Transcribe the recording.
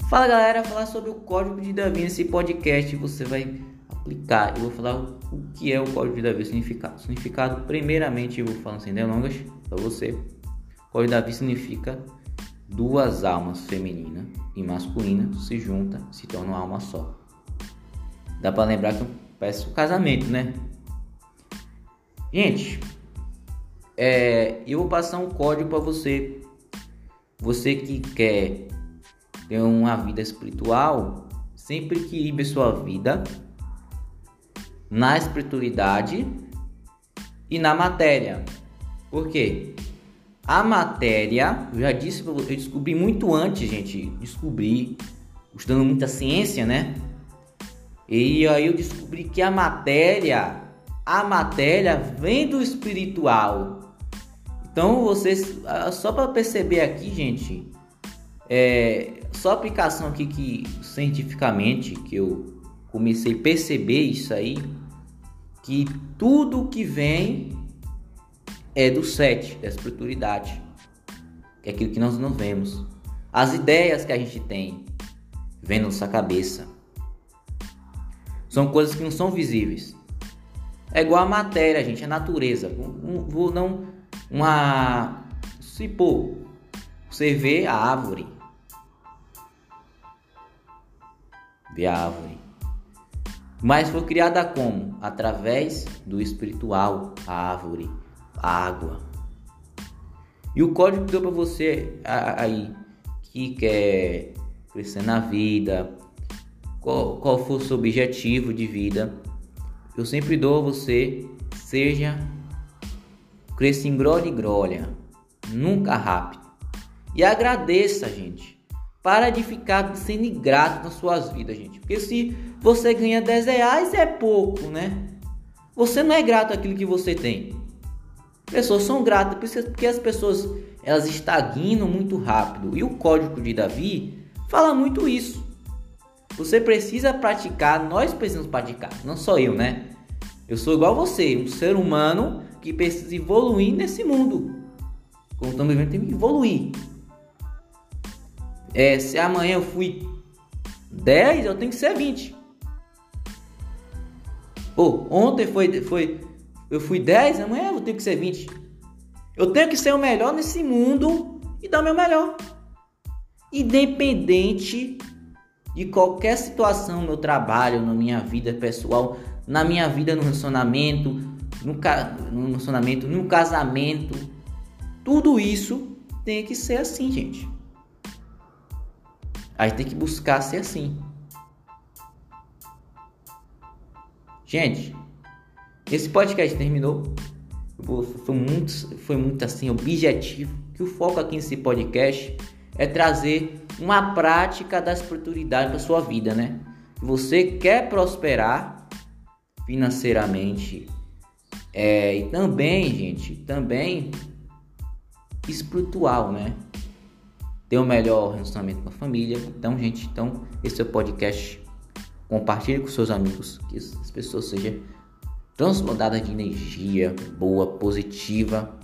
Fala galera, falar sobre o Código de Da Vinci. Nesse podcast você vai aplicar. Eu vou falar o que é o Código de Da Vinci, significado. Primeiramente eu vou falar sem delongas para você. O Código de Da Vinci significa duas almas, feminina e masculina, se juntam, se tornam uma alma só. Dá para lembrar que parece um casamento, né? Gente, eu vou passar um código para você. Você que quer ter uma vida espiritual, sempre equilibre sua vida na espiritualidade e na matéria. Por quê? A matéria, eu já disse, eu descobri muito antes, gente. Descobri, estudando muita ciência, né? E aí eu descobri que a matéria vem do espiritual. Então vocês, só para perceber aqui, gente, só aplicação aqui que cientificamente que eu comecei a perceber isso aí, que tudo que vem é do sete, da espiritualidade, que é aquilo que nós não vemos. As ideias que a gente tem vem na nossa cabeça. São coisas que não são visíveis. É igual a matéria, gente, a natureza. Você vê a árvore. Mas foi criada como? Através do espiritual, a árvore, a água. E o código que deu para você aí que quer crescer na vida, qual for o seu objetivo de vida, eu sempre dou a você: cresça em glória, nunca rápido. E agradeça, gente. Para de ficar sendo ingrato nas suas vidas, gente. Porque se você ganha R$10 é pouco, né? Você não é grato àquilo que você tem. Pessoas são gratas porque as pessoas elas estagnam muito rápido. E o Código de Davi fala muito isso. Você precisa praticar, nós precisamos praticar, não só eu, né? Eu sou igual a você, um ser humano que precisa evoluir nesse mundo. Como estamos vivendo, tem que evoluir. Se amanhã eu fui 10, eu tenho que ser 20. Ontem eu fui 10, amanhã eu tenho que ser 20. Eu tenho que ser o melhor nesse mundo e dar o meu melhor. Independente de qualquer situação no meu trabalho, na minha vida pessoal, na minha vida no relacionamento, no casamento, tudo isso tem que ser assim, gente. A gente tem que buscar ser assim. Gente, esse podcast terminou. Foi muito assim objetivo. Que o foco aqui nesse podcast é trazer uma prática da espiritualidade para sua vida, né? Você quer prosperar financeiramente e também, gente, espiritual, né? Ter um melhor relacionamento com a família. Então, gente, esse é o podcast. Compartilhe com seus amigos, que as pessoas sejam transbordadas de energia boa, positiva,